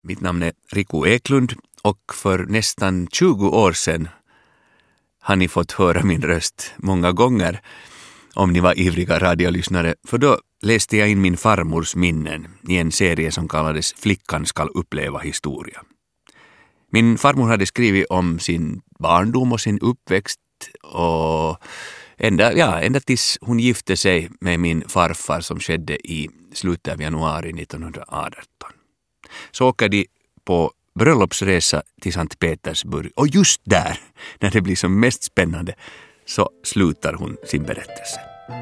Mitt namn är Riku Eklund och för nästan 20 år sedan har ni fått höra min röst många gånger om ni var ivriga radiolyssnare, för då läste jag in min farmors minnen i en serie som kallades Flickan skall uppleva historia. Min farmor hade skrivit om sin barndom och sin uppväxt och ända tills hon gifte sig med min farfar som skedde i slutet av januari 1918. Så åker de på bröllopsresa till Sankt Petersburg och just där, när det blir som mest spännande, så slutar hon sin berättelse.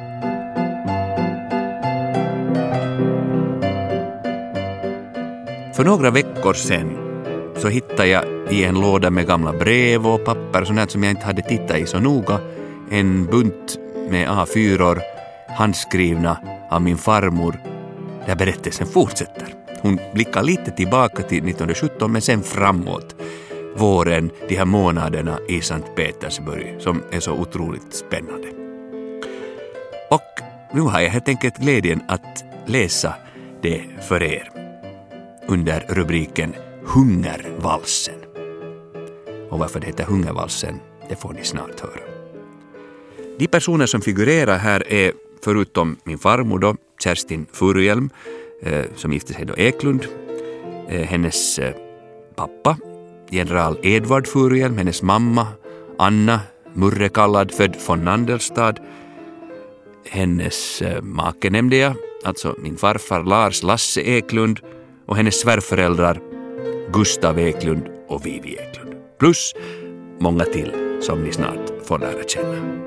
För några veckor sedan så hittade jag i en låda med gamla brev och papper, sånt som jag inte hade tittat i så noga, en bunt med A4-or handskrivna av min farmor där berättelsen fortsätter. Hon blickar lite tillbaka till 1917 men sen framåt våren, de här månaderna i Sankt Petersburg som är så otroligt spännande. Och nu har jag helt enkelt glädjen att läsa det för er under rubriken Hungervalsen. Och varför det heter Hungervalsen, det får ni snart höra. De personer som figurerar här är, förutom min farmor då, Kerstin Furuhjelm, som gifte sig då Eklund, hennes pappa, general Edvard Furuhjelm, hennes mamma, Anna Murre kallad, född von Nandelstad, hennes make nämnde jag, alltså min farfar Lars Lasse Eklund, och hennes svärföräldrar Gustav Eklund och Vivi Eklund. Plus många till som ni snart får lära känna.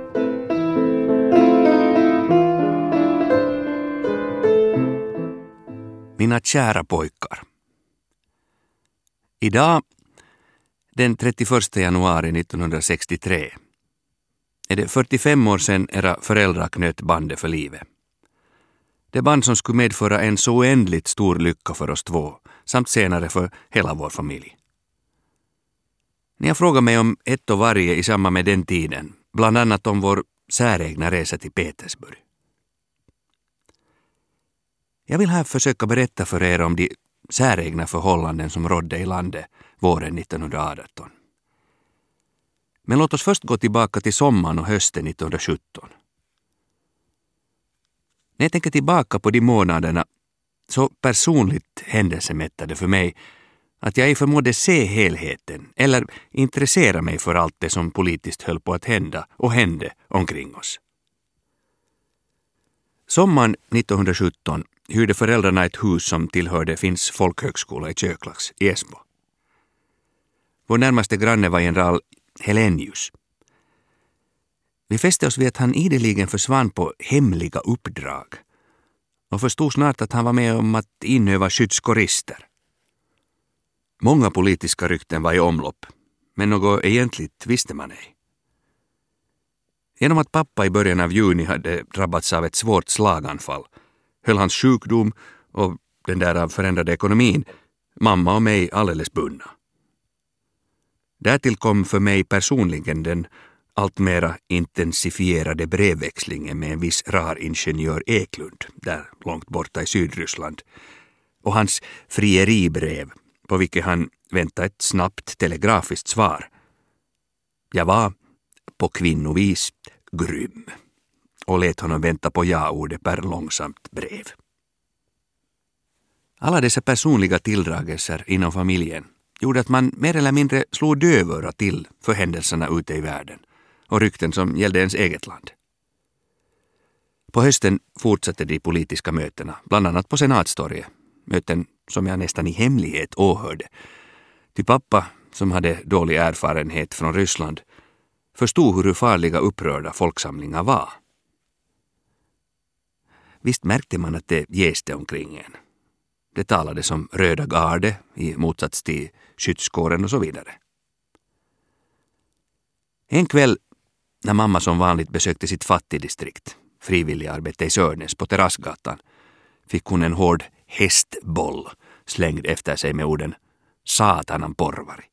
Mina kära pojkar. Idag, den 31 januari 1963, är det 45 år sedan era föräldrar knöt bandet för livet. Det band som skulle medföra en så oändligt stor lycka för oss två, samt senare för hela vår familj. Ni har frågat mig om ett och varje i samband med den tiden, bland annat om vår säregna resa till Petersburg. Jag vill här försöka berätta för er om de säregna förhållanden som rådde i landet våren 1918. Men låt oss först gå tillbaka till sommaren och hösten 1917. När jag tänker tillbaka på de månaderna, så personligt händelsemättade för mig att jag ej förmådde se helheten eller intressera mig för allt det som politiskt höll på att hända och hände omkring oss. Sommaren 1917 hyrde föräldrarna ett hus som tillhörde Finns folkhögskola i Köklax i Esbo. Vår närmaste granne var general Helenius. Vi fäste oss vid att han ideligen försvann på hemliga uppdrag och förstod snart att han var med om att inöva skyddskårister. Många politiska rykten var i omlopp, men något egentligt visste man ej. Genom att pappa i början av juni hade drabbats av ett svårt slaganfall höll hans sjukdom och den därav förändrade ekonomin mamma och mig alldeles bundna. Därtill kom för mig personligen den allt mera intensifierade brevväxlingen med en viss raringenjör Eklund, där långt borta i Sydryssland, och hans frieribrev på vilket han väntade ett snabbt telegrafiskt svar. Jag var på kvinnovis grym och lät honom vänta på ja-ordet per långsamt brev. Alla dessa personliga tilldragelser inom familjen gjorde att man mer eller mindre slog dövöra till för händelserna ute i världen och rykten som gällde ens eget land. På hösten fortsatte de politiska mötena, bland annat på Senatstorget, möten som jag nästan i hemlighet åhörde. Till pappa, som hade dålig erfarenhet från Ryssland, förstod hur farliga upprörda folksamlingar var. Visst märkte man att det jäste omkring en. Det talades om röda garde i motsats till skyddskåren och så vidare. En kväll när mamma som vanligt besökte sitt fattigdistrikt, frivilligarbete i Sörnäs på Terrassgatan, fick hon en hård hästboll slängd efter sig med orden "Satanan porvari".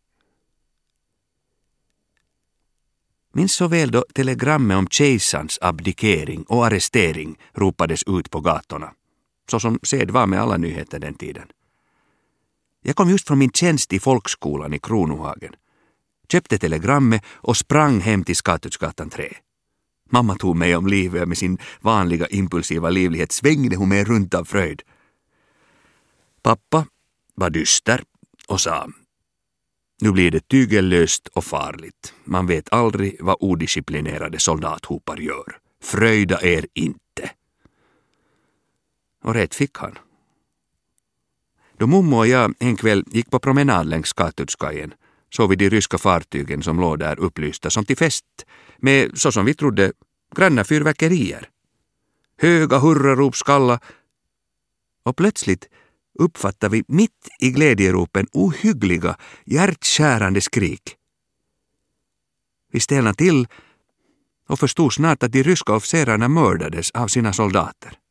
Minns så väl då telegrammet om kejsarens abdikering och arrestering ropades ut på gatorna, så som sed var med alla nyheter den tiden. Jag kom just från min tjänst i folkskolan i Kronohagen. Köpte telegrammet och sprang hem till Skatutsgatan 3. Mamma tog mig om livet med sin vanliga impulsiva livlighet. Svängde hon mig runt av fröjd. Pappa var dyster och sa: nu blir det tygellöst och farligt. Man vet aldrig vad odisciplinerade soldathopar gör. Fröjda er inte. Och rätt fick han. Då Mommo och jag en kväll gick på promenad längs Skatutskajen såg vi de ryska fartygen som låg där upplysta som till fest med, så som vi trodde, granna fyrverkerier. Höga hurrarop skalla och plötsligt uppfattar vi mitt i glädjeropen ohyggliga, hjärtskärande skrik. Vi stelnade till och förstod snart att de ryska officerarna mördades av sina soldater.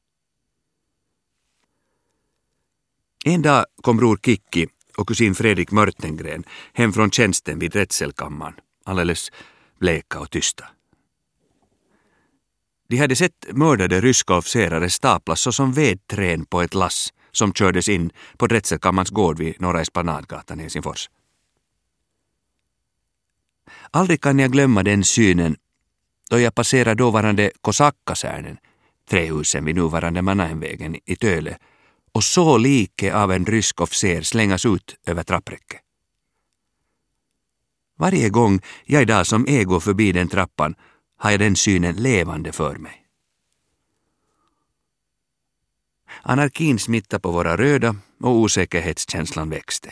En dag kom bror Kikki och kusin Fredrik Mörtengren hem från tjänsten vid rättselkammaren, alldeles bleka och tysta. De hade sett mördade ryska officerare staplas såsom vedträn på ett lass som kördes in på rättselkammarens gård vid Norra Esplanadgatan i Helsingfors. Aldrig kan jag glömma den synen då jag passerade dåvarande Kosakkasernen, trähusen vid nuvarande Mannheimvägen i Töle, och så like av en rysk officer slängas ut över trappräcket. Varje gång jag idag som går förbi den trappan har jag den synen levande för mig. Anarkin smittade på våra röda och osäkerhetskänslan växte.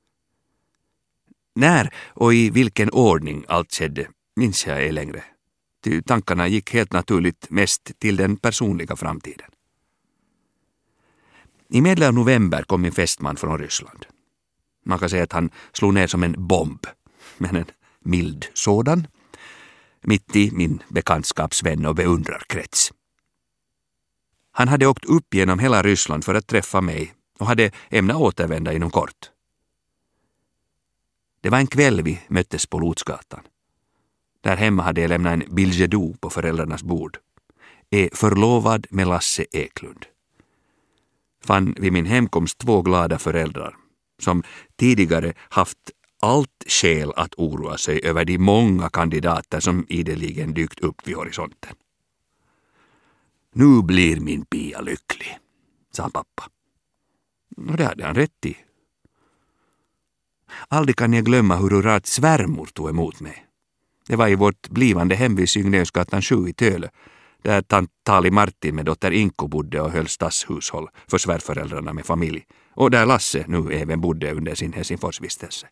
När och i vilken ordning allt skedde minns jag ej längre. Tankarna gick helt naturligt mest till den personliga framtiden. I medel av november kom min fästman från Ryssland. Man kan säga att han slog ner som en bomb, men en mild sådan, mitt i min bekantskapsvän och beundrarkrets. Han hade åkt upp genom hela Ryssland för att träffa mig och hade ämnat återvända inom kort. Det var en kväll vi möttes på Lotsgatan. Där hemma hade jag lämnat en billet doux på föräldrarnas bord. Är förlovad med Lasse Eklund. Fann vid min hemkomst 2 glada föräldrar som tidigare haft allt skäl att oroa sig över de många kandidater som ideligen dykt upp vid horisonten. Nu blir min Pia lycklig, sa pappa. Och det hade han rätt i. Aldrig kan jag glömma hur rart svärmor tog emot mig. Det var i vårt blivande hem vid Sygnösgatan 7 i Töle, där tant Tali Martin med dotter Inko bodde och höll stadshushåll för svärföräldrarna med familj, och där Lasse nu även bodde under sin Helsingforsvistelse.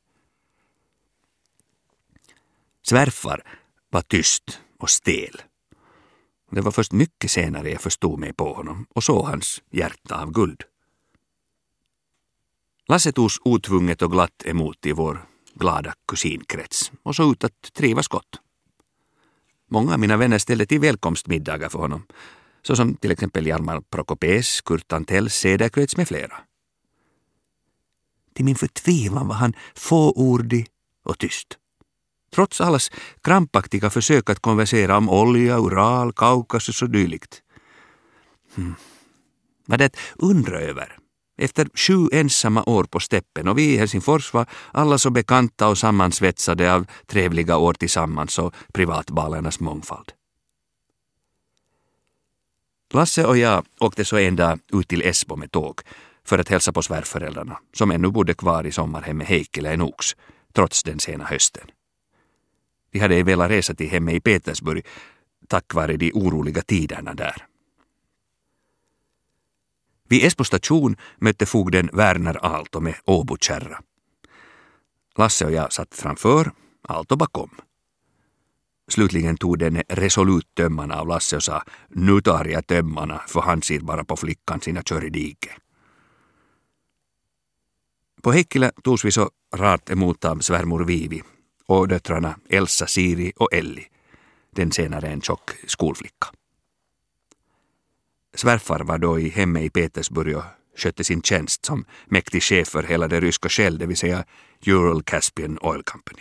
Svärfar var tyst och stel. Det var först mycket senare jag förstod mig på honom och såg hans hjärta av guld. Lasse togs otvunget och glatt emot i vår glada kusinkrets och såg ut att trivas gott. Många av mina vänner ställde till välkomstmiddagar för honom, såsom till exempel Hjalmar Prokopés, Kurt Antells, Cederkrets med flera. Till min förtvivlan var han fåordig och tyst. Trots allas krampaktiga försök att konversera om olja, Ural, Kaukasus och dylikt. Vad det undra över. Efter 7 ensamma år på steppen och vi i Helsingfors var alla så bekanta och sammansvetsade av trevliga år tillsammans och privatbalernas mångfald. Lasse och jag åkte så en dag ut till Esbo med tåg för att hälsa på svärföräldrarna som ännu bodde kvar i sommarhemmet Heikkilä i Nox, trots den sena hösten. Vi hade velat resa till hemmet i Petersburg tack vare de oroliga tiderna där. Vid Esbo station mötte fogden Werner Aalto med Åbo-kärra. Lasse och jag satt framför, Aalto bakom. Slutligen tog den resolut tömmarna av Lasse och sa: nu tar jag tömmarna, för han ser bara på flickan sina kör i dike. På Heikkilä togs vi så rart emot av svärmor Vivi och döttrarna Elsa, Siri och Elli, den senare en tjock skolflicka. Svärfar var då i hemmet i Petersburg och skötte sin tjänst som mäktig chef för hela det ryska Shell, det vill säga Ural Caspian Oil Company.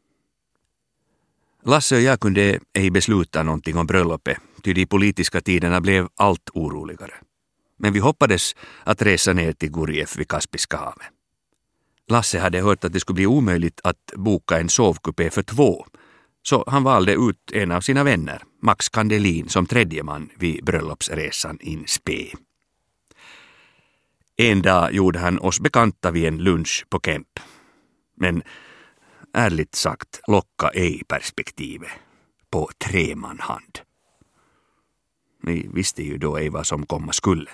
Lasse och jag kunde ej besluta någonting om bröllopet, ty de politiska tiderna blev allt oroligare. Men vi hoppades att resa ner till Guriev vid Kaspiska havet. Lasse hade hört att det skulle bli omöjligt att boka en sovkupé för 2, så han valde ut en av sina vänner, Max Kandelin, som tredje man vid bröllopsresan in Spe. En dag gjorde han oss bekanta vid en lunch på Kemp. Men ärligt sagt locka ej perspektivet på 3-man-hand. Ni visste ju då ej vad som komma skulle.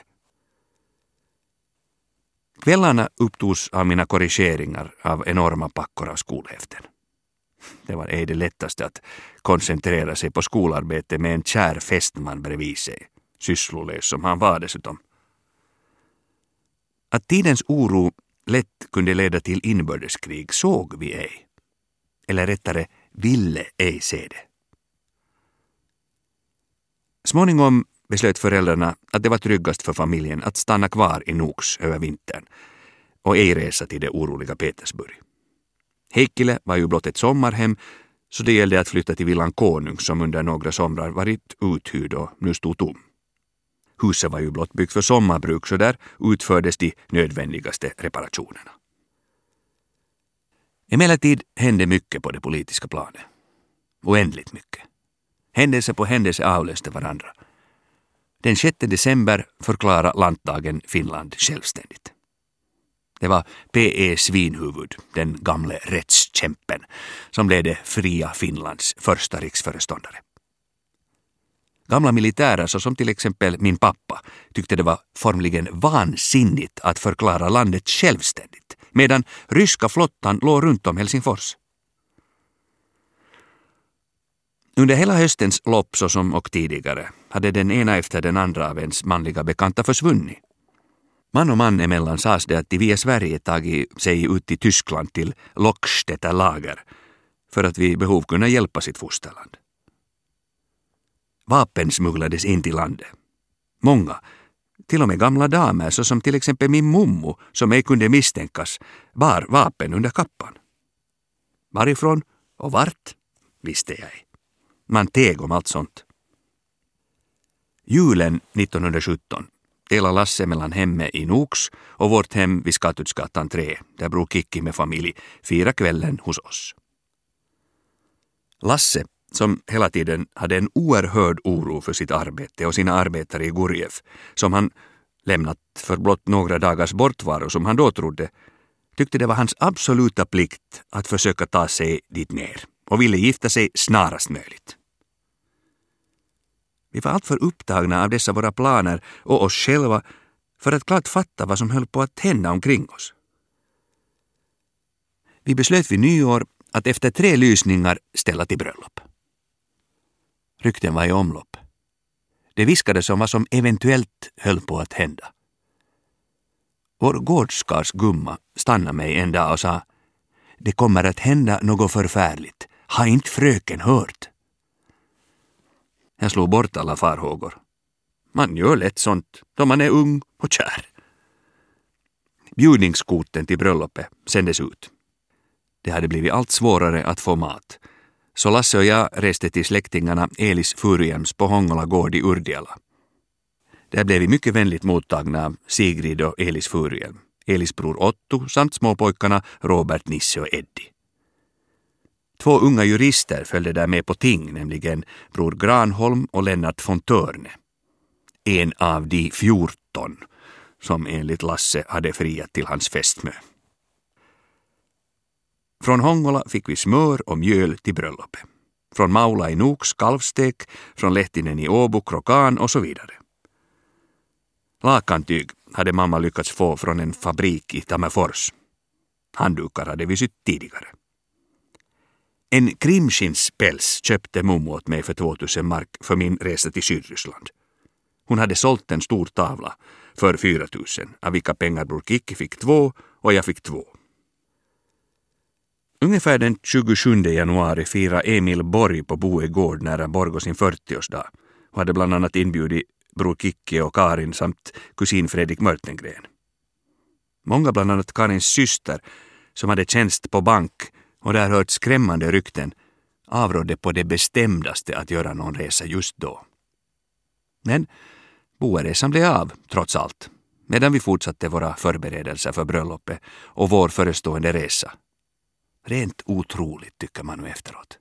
Kvällarna upptogs av mina korrigeringar av enorma packor av skolhäften. Det var ej det lättaste att koncentrera sig på skolarbete med en kär fästman bredvid sig, sysslolös som han var dessutom. Att tidens oro lätt kunde leda till inbördeskrig såg vi ej. Eller rättare, ville ej se det. Småningom beslöt föräldrarna att det var tryggast för familjen att stanna kvar i Nox över vintern och ej resa till det oroliga Petersburg. Heikkilä var ju blott ett sommarhem, så det gällde att flytta till villan Konung som under några somrar varit uthyrd och nu stod tom. Huset var ju blott byggt för sommarbruk, så där utfördes de nödvändigaste reparationerna. Emellertid hände mycket på det politiska planet. Oändligt mycket. Händelse på händelse avlöste varandra. Den 6 december förklarade landdagen Finland självständigt. Det var P.E. Svinhuvud, den gamle rättskämpen, som blev det fria Finlands första riksföreståndare. Gamla militärer, som till exempel min pappa, tyckte det var formligen vansinnigt att förklara landet självständigt, medan ryska flottan låg runt om Helsingfors. Under hela höstens lopp, så som och tidigare, hade den ena efter den andra av ens manliga bekanta försvunnit. Man och man emellan sades det att de via Sverige tagit sig ut i Tyskland till Lockstätter lager för att vid behov kunna hjälpa sitt fosterland. Vapen smugglades in till landet. Många, till och med gamla damer, så som till exempel min mommo, som ej kunde misstänkas, bar vapen under kappan. Varifrån och vart visste jag ej. Man teg om allt sånt. Julen 1917 delade Lasse mellan hemmet i Nox och vårt hem vid Skatutsgatan 3, där bror Kikki med familj firade kvällen hos oss. Lasse, som hela tiden hade en oerhörd oro för sitt arbete och sina arbetare i Gurjev, som han lämnat för blott några dagars bortvaro som han då trodde, tyckte det var hans absoluta plikt att försöka ta sig dit ner och ville gifta sig snarast möjligt. Vi var allt för upptagna av dessa våra planer och oss själva för att klart fatta vad som höll på att hända omkring oss. Vi beslöt vid nyår att efter 3 lysningar ställa till bröllop. Rykten var i omlopp. Det viskades om vad som eventuellt höll på att hända. Vår gårdskars gumma stannade mig en dag och sa: "Det kommer att hända något förfärligt. Har inte fröken hört?" Jag slog bort alla farhågor. Man gör lätt sånt då man är ung och kär. Bjudningskorten till bröllopet sändes ut. Det hade blivit allt svårare att få mat. Så Lasse och jag reste till släktingarna Elis Furiems på Hongola gård i Urdiala. Där blev vi mycket vänligt mottagna av Sigrid och Elis Furiem, Elis bror Otto samt småpojkarna Robert, Nisse och Eddie. 2 unga jurister följde där med på ting, nämligen bror Granholm och Lennart von Törne. En av de 14 som enligt Lasse hade friat till hans fästmö. Från Hongola fick vi smör och mjöl till bröllopet. Från Maula i Nox kalvstek, från Lehtinen i Åbo krokan och så vidare. Lakantyg hade mamma lyckats få från en fabrik i Tammerfors. Handdukar hade vi sytt tidigare. En krimskinspäls köpte mommo åt mig för 2000 mark för min resa till Sydryssland. Hon hade sålt en stor tavla för 4000, av vilka pengar bror Kikki fick 2 och jag fick 2. Ungefär den 27 januari firade Emil Borg på Boe gård nära Borgå sin 40-årsdag och hade bland annat inbjudit bror Kikki och Karin samt kusin Fredrik Mörtengren. Många, bland annat Karins syster, som hade tjänst på bank och där hört skrämmande rykten, avrådde på det bestämdaste att göra någon resa just då. Men Boeresan blev av, trots allt, medan vi fortsatte våra förberedelser för bröllopet och vår förestående resa. Rent otroligt tycker man nu efteråt.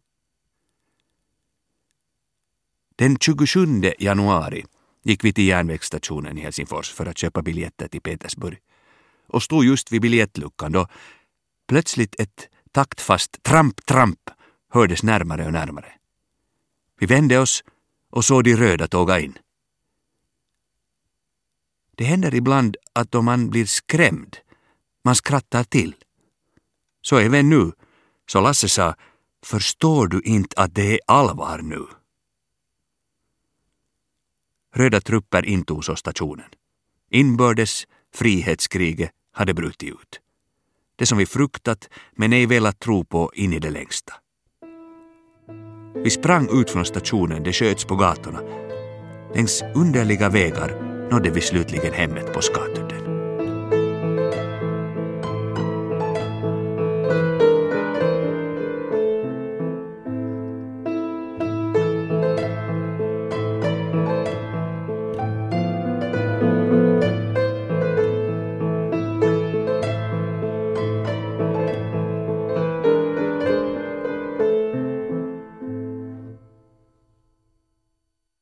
Den 27 januari gick vi till järnvägsstationen i Helsingfors för att köpa biljetter till Petersburg och stod just vid biljettluckan då plötsligt ett taktfast tramp hördes närmare och närmare. Vi vände oss och såg de röda tåga in. Det händer ibland att om man blir skrämd, man skrattar till. Så även nu, så Lasse sa, förstår du inte att det är allvar nu? Röda trupper intog så stationen. Inbördes frihetskriget hade brutit ut. Det som vi fruktat men ej velat tro på in i det längsta. Vi sprang ut från stationen, det sköts på gatorna. Längs underliga vägar nådde vi slutligen hemmet på Skatudden.